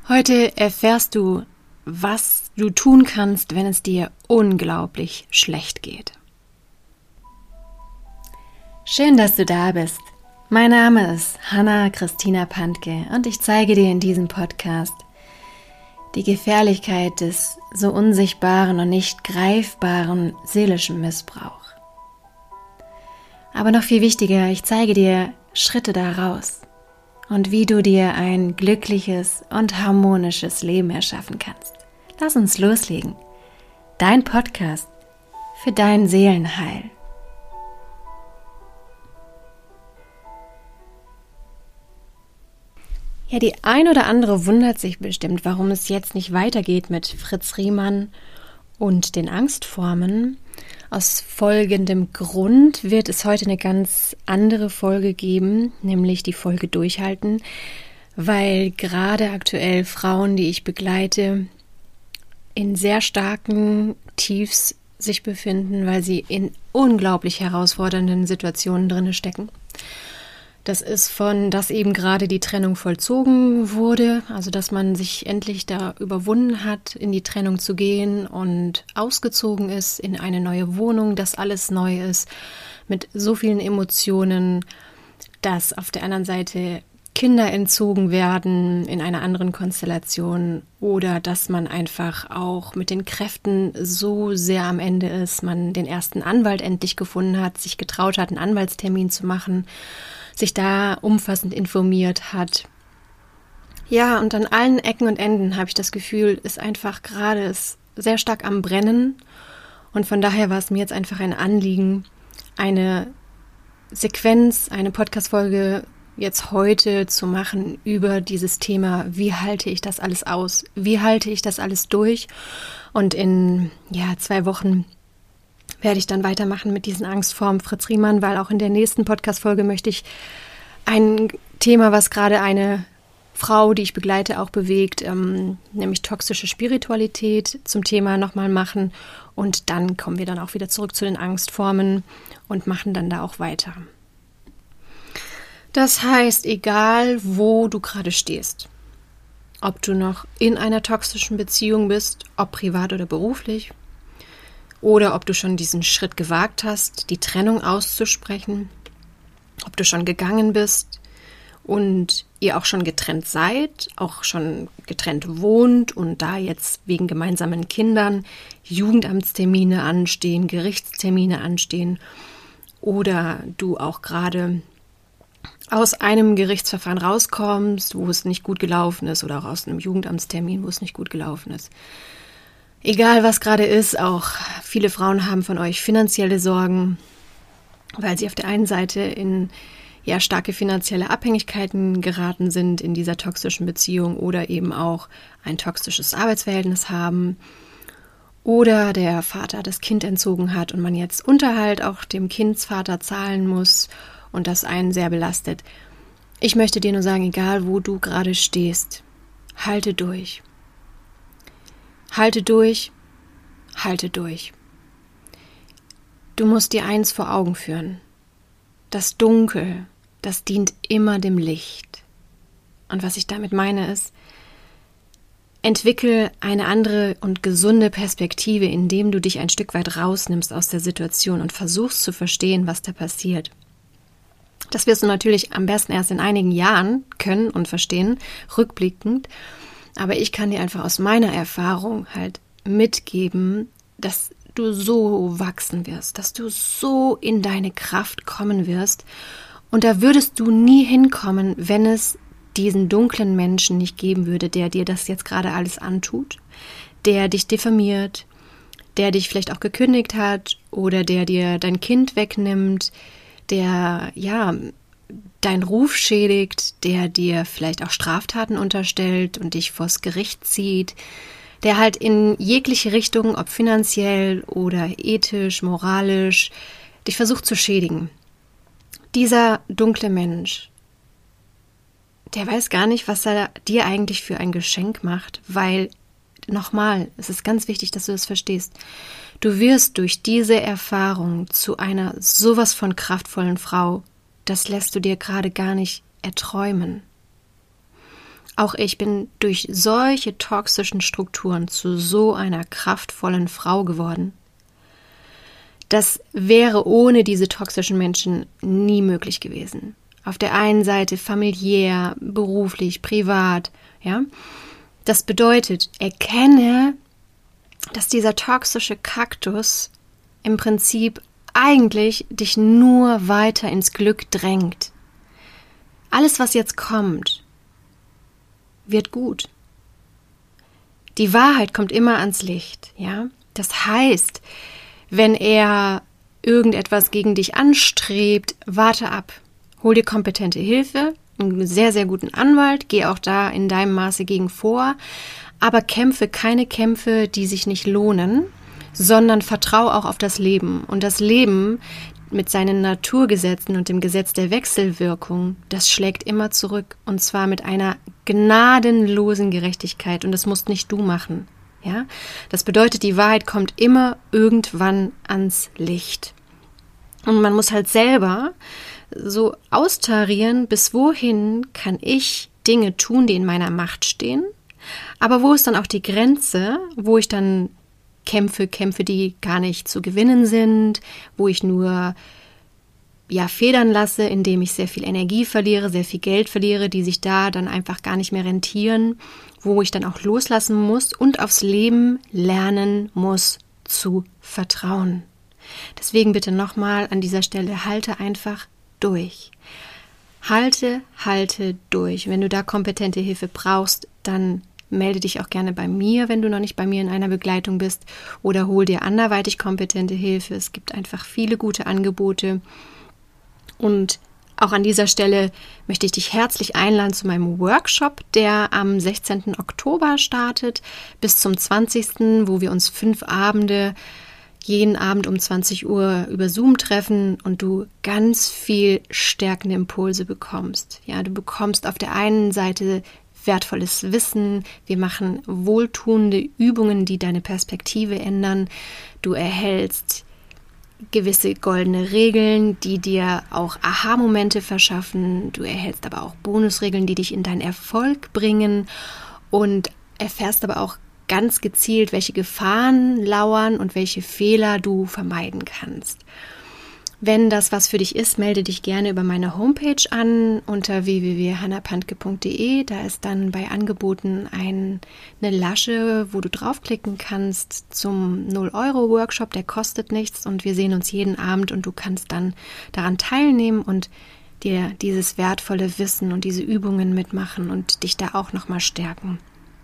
Heute erfährst du, was du tun kannst, wenn es dir unglaublich schlecht geht. Schön, dass du da bist. Mein Name ist Hanna-Christina Pantke und ich zeige dir in diesem Podcast die Gefährlichkeit des so unsichtbaren und nicht greifbaren seelischen Missbrauchs. Aber noch viel wichtiger, ich zeige dir Schritte daraus und wie du dir ein glückliches und harmonisches Leben erschaffen kannst. Lass uns loslegen. Dein Podcast für dein Seelenheil. Ja, die ein oder andere wundert sich bestimmt, warum es jetzt nicht weitergeht mit Fritz Riemann und den Angstformen. Aus folgendem Grund wird es heute eine ganz andere Folge geben, nämlich die Folge Durchhalten, weil gerade aktuell Frauen, die ich begleite, in sehr starken Tiefs sich befinden, weil sie in unglaublich herausfordernden Situationen drin stecken. Das ist dass eben gerade die Trennung vollzogen wurde, also dass man sich endlich da überwunden hat, in die Trennung zu gehen und ausgezogen ist in eine neue Wohnung, dass alles neu ist, mit so vielen Emotionen, dass auf der anderen Seite Kinder entzogen werden in einer anderen Konstellation oder dass man einfach auch mit den Kräften so sehr am Ende ist, man den ersten Anwalt endlich gefunden hat, sich getraut hat, einen Anwaltstermin zu machen, sich da umfassend informiert hat. Ja, und an allen Ecken und Enden habe ich das Gefühl, ist einfach gerade sehr stark am Brennen. Und von daher war es mir jetzt einfach ein Anliegen, eine Sequenz, eine Podcast-Folge jetzt heute zu machen über dieses Thema, wie halte ich das alles aus? Wie halte ich das alles durch? Und in 2 Wochen werde ich dann weitermachen mit diesen Angstformen Fritz Riemann, weil auch in der nächsten Podcast-Folge möchte ich ein Thema, was gerade eine Frau, die ich begleite, auch bewegt, nämlich toxische Spiritualität zum Thema nochmal machen. Und dann kommen wir dann auch wieder zurück zu den Angstformen und machen dann da auch weiter. Das heißt, egal wo du gerade stehst, ob du noch in einer toxischen Beziehung bist, ob privat oder beruflich, oder ob du schon diesen Schritt gewagt hast, die Trennung auszusprechen, ob du schon gegangen bist und ihr auch schon getrennt seid, auch schon getrennt wohnt und da jetzt wegen gemeinsamen Kindern Jugendamtstermine anstehen, Gerichtstermine anstehen oder du auch gerade aus einem Gerichtsverfahren rauskommst, wo es nicht gut gelaufen ist oder auch aus einem Jugendamtstermin, wo es nicht gut gelaufen ist. Egal, was gerade ist, auch viele Frauen haben von euch finanzielle Sorgen, weil sie auf der einen Seite in starke finanzielle Abhängigkeiten geraten sind in dieser toxischen Beziehung oder eben auch ein toxisches Arbeitsverhältnis haben oder der Vater das Kind entzogen hat und man jetzt Unterhalt auch dem Kindsvater zahlen muss und das einen sehr belastet. Ich möchte dir nur sagen, egal wo du gerade stehst, halte durch. Halte durch, halte durch. Du musst dir eins vor Augen führen. Das Dunkel, das dient immer dem Licht. Und was ich damit meine ist, entwickel eine andere und gesunde Perspektive, indem du dich ein Stück weit rausnimmst aus der Situation und versuchst zu verstehen, was da passiert. Das wirst du natürlich am besten erst in einigen Jahren können und verstehen, rückblickend. Aber ich kann dir einfach aus meiner Erfahrung halt mitgeben, dass du so wachsen wirst, dass du so in deine Kraft kommen wirst. Und da würdest du nie hinkommen, wenn es diesen dunklen Menschen nicht geben würde, der dir das jetzt gerade alles antut, der dich diffamiert, der dich vielleicht auch gekündigt hat oder der dir dein Kind wegnimmt, der deinen Ruf schädigt, der dir vielleicht auch Straftaten unterstellt und dich vors Gericht zieht, der halt in jegliche Richtung, ob finanziell oder ethisch, moralisch, dich versucht zu schädigen. Dieser dunkle Mensch, der weiß gar nicht, was er dir eigentlich für ein Geschenk macht, weil, nochmal, es ist ganz wichtig, dass du das verstehst, du wirst durch diese Erfahrung zu einer sowas von kraftvollen Frau, das lässt du dir gerade gar nicht erträumen. Auch ich bin durch solche toxischen Strukturen zu so einer kraftvollen Frau geworden. Das wäre ohne diese toxischen Menschen nie möglich gewesen. Auf der einen Seite familiär, beruflich, privat, ja. Das bedeutet, erkenne, dass dieser toxische Kaktus im Prinzip eigentlich dich nur weiter ins Glück drängt. Alles, was jetzt kommt, wird gut. Die Wahrheit kommt immer ans Licht, ja. Das heißt, wenn er irgendetwas gegen dich anstrebt, warte ab. Hol dir kompetente Hilfe, einen sehr, sehr guten Anwalt, geh auch da in deinem Maße gegen vor, aber kämpfe keine Kämpfe, die sich nicht lohnen, sondern vertrau auch auf das Leben. Und das Leben mit seinen Naturgesetzen und dem Gesetz der Wechselwirkung, das schlägt immer zurück, und zwar mit einer gnadenlosen Gerechtigkeit, und das musst nicht du machen. Ja? Das bedeutet, die Wahrheit kommt immer irgendwann ans Licht. Und man muss halt selber so austarieren, bis wohin kann ich Dinge tun, die in meiner Macht stehen, aber wo ist dann auch die Grenze, wo ich dann Kämpfe, die gar nicht zu gewinnen sind, wo ich nur federn lasse, indem ich sehr viel Energie verliere, sehr viel Geld verliere, die sich da dann einfach gar nicht mehr rentieren, wo ich dann auch loslassen muss und aufs Leben lernen muss zu vertrauen. Deswegen bitte nochmal an dieser Stelle, halte einfach durch. Halte durch. Wenn du da kompetente Hilfe brauchst, dann melde dich auch gerne bei mir, wenn du noch nicht bei mir in einer Begleitung bist, oder hol dir anderweitig kompetente Hilfe. Es gibt einfach viele gute Angebote. Und auch an dieser Stelle möchte ich dich herzlich einladen zu meinem Workshop, der am 16. Oktober startet, bis zum 20., wo wir uns 5 Abende, jeden Abend um 20 Uhr über Zoom treffen und du ganz viel stärkende Impulse bekommst. Ja, du bekommst auf der einen Seite wertvolles Wissen, wir machen wohltuende Übungen, die deine Perspektive ändern, du erhältst gewisse goldene Regeln, die dir auch Aha-Momente verschaffen, du erhältst aber auch Bonusregeln, die dich in deinen Erfolg bringen, und erfährst aber auch ganz gezielt, welche Gefahren lauern und welche Fehler du vermeiden kannst. Wenn das was für dich ist, melde dich gerne über meine Homepage an unter www.hannapantke.de. Da ist dann bei Angeboten eine Lasche, wo du draufklicken kannst zum 0-Euro-Workshop. Der kostet nichts und wir sehen uns jeden Abend und du kannst dann daran teilnehmen und dir dieses wertvolle Wissen und diese Übungen mitmachen und dich da auch nochmal stärken.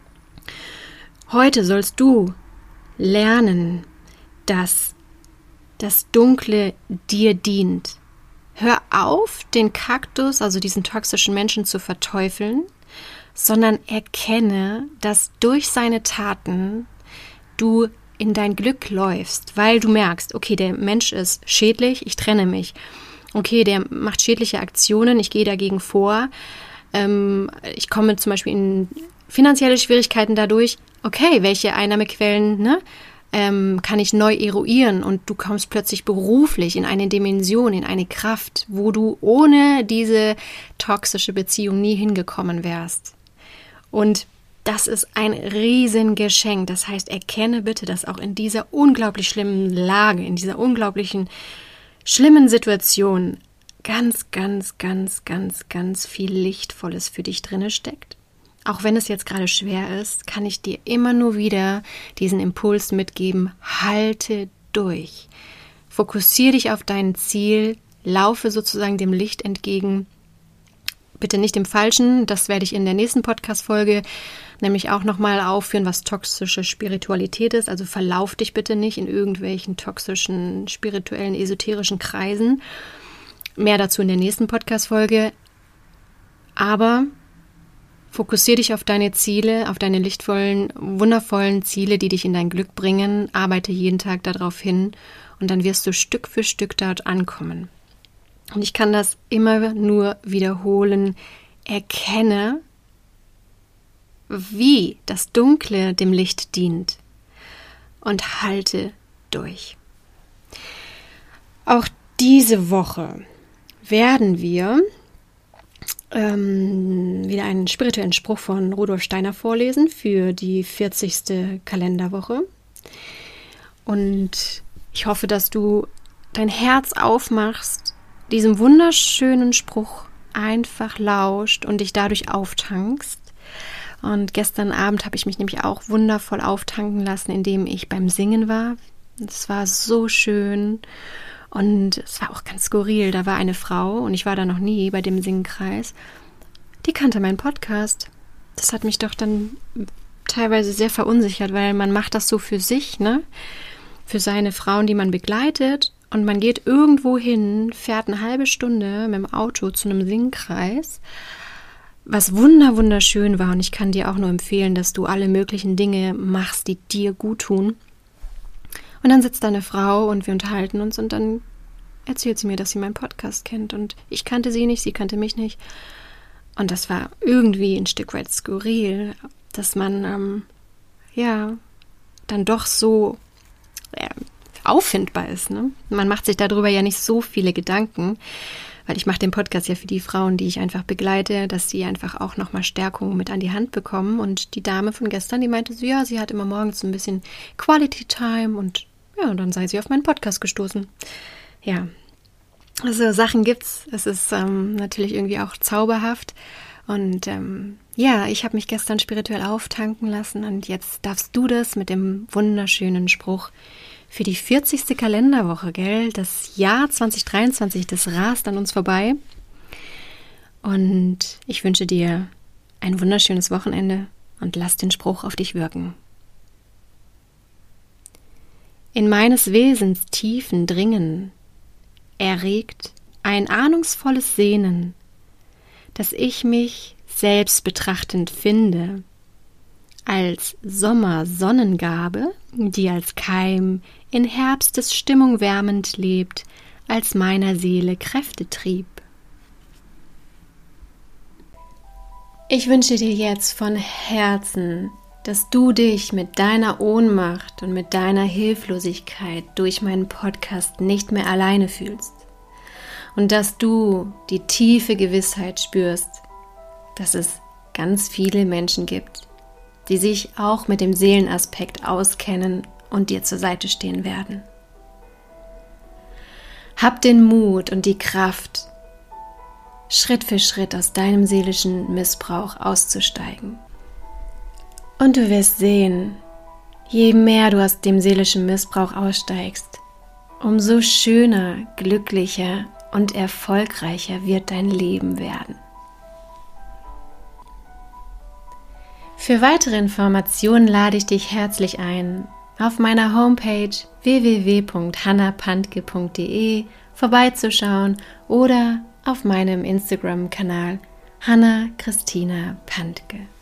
Heute sollst du lernen, dass das Dunkle dir dient. Hör auf, den Kaktus, also diesen toxischen Menschen, zu verteufeln, sondern erkenne, dass durch seine Taten du in dein Glück läufst, weil du merkst, okay, der Mensch ist schädlich, ich trenne mich. Okay, der macht schädliche Aktionen, ich gehe dagegen vor. Ich komme zum Beispiel in finanzielle Schwierigkeiten dadurch. Okay, welche Einnahmequellen, kann ich neu eruieren, und du kommst plötzlich beruflich in eine Dimension, in eine Kraft, wo du ohne diese toxische Beziehung nie hingekommen wärst. Und das ist ein Riesengeschenk. Das heißt, erkenne bitte, dass auch in dieser unglaublich schlimmen Lage, in dieser unglaublichen schlimmen Situation ganz, ganz, ganz, ganz, ganz viel Lichtvolles für dich drinne steckt. Auch wenn es jetzt gerade schwer ist, kann ich dir immer nur wieder diesen Impuls mitgeben: Halte durch. Fokussiere dich auf dein Ziel, laufe sozusagen dem Licht entgegen. Bitte nicht dem Falschen, das werde ich in der nächsten Podcast-Folge nämlich auch nochmal aufführen, was toxische Spiritualität ist. Also verlauf dich bitte nicht in irgendwelchen toxischen, spirituellen, esoterischen Kreisen. Mehr dazu in der nächsten Podcast-Folge. Aber fokussiere dich auf deine Ziele, auf deine lichtvollen, wundervollen Ziele, die dich in dein Glück bringen. Arbeite jeden Tag darauf hin und dann wirst du Stück für Stück dort ankommen. Und ich kann das immer nur wiederholen. Erkenne, wie das Dunkle dem Licht dient, und halte durch. Auch diese Woche werden wir wieder einen spirituellen Spruch von Rudolf Steiner vorlesen für die 40. Kalenderwoche. Und ich hoffe, dass du dein Herz aufmachst, diesem wunderschönen Spruch einfach lauscht und dich dadurch auftankst. Und gestern Abend habe ich mich nämlich auch wundervoll auftanken lassen, indem ich beim Singen war. Es war so schön. Und es war auch ganz skurril. Da war eine Frau, und ich war da noch nie bei dem Singkreis, die kannte meinen Podcast. Das hat mich doch dann teilweise sehr verunsichert, weil man macht das so für sich, ne? Für seine Frauen, die man begleitet. Und man geht irgendwo hin, fährt eine halbe Stunde mit dem Auto zu einem Singkreis, was wunderschön war. Und ich kann dir auch nur empfehlen, dass du alle möglichen Dinge machst, die dir gut tun. Und dann sitzt da eine Frau und wir unterhalten uns und dann erzählt sie mir, dass sie meinen Podcast kennt. Und ich kannte sie nicht, sie kannte mich nicht. Und das war irgendwie ein Stück weit skurril, dass man dann doch so auffindbar ist. Ne? Man macht sich darüber ja nicht so viele Gedanken, weil ich mache den Podcast ja für die Frauen, die ich einfach begleite, dass sie einfach auch nochmal Stärkung mit an die Hand bekommen. Und die Dame von gestern, die meinte so, ja, sie hat immer morgens ein bisschen Quality Time und ja, und dann sei sie auf meinen Podcast gestoßen. Ja, also Sachen gibt's. Es ist natürlich irgendwie auch zauberhaft. Und ich habe mich gestern spirituell auftanken lassen und jetzt darfst du das mit dem wunderschönen Spruch für die 40. Kalenderwoche, gell? Das Jahr 2023, das rast an uns vorbei. Und ich wünsche dir ein wunderschönes Wochenende und lass den Spruch auf dich wirken. In meines Wesens Tiefen dringen, erregt ein ahnungsvolles Sehnen, dass ich mich selbst betrachtend finde, als Sommersonnengabe, die als Keim in Herbstes Stimmung wärmend lebt, als meiner Seele Kräftetrieb. Ich wünsche dir jetzt von Herzen, dass du dich mit deiner Ohnmacht und mit deiner Hilflosigkeit durch meinen Podcast nicht mehr alleine fühlst und dass du die tiefe Gewissheit spürst, dass es ganz viele Menschen gibt, die sich auch mit dem Seelenaspekt auskennen und dir zur Seite stehen werden. Hab den Mut und die Kraft, Schritt für Schritt aus deinem seelischen Missbrauch auszusteigen. Und du wirst sehen, je mehr du aus dem seelischen Missbrauch aussteigst, umso schöner, glücklicher und erfolgreicher wird dein Leben werden. Für weitere Informationen lade ich dich herzlich ein, auf meiner Homepage www.hannapantke.de vorbeizuschauen oder auf meinem Instagram-Kanal Hannah Christina Pantke.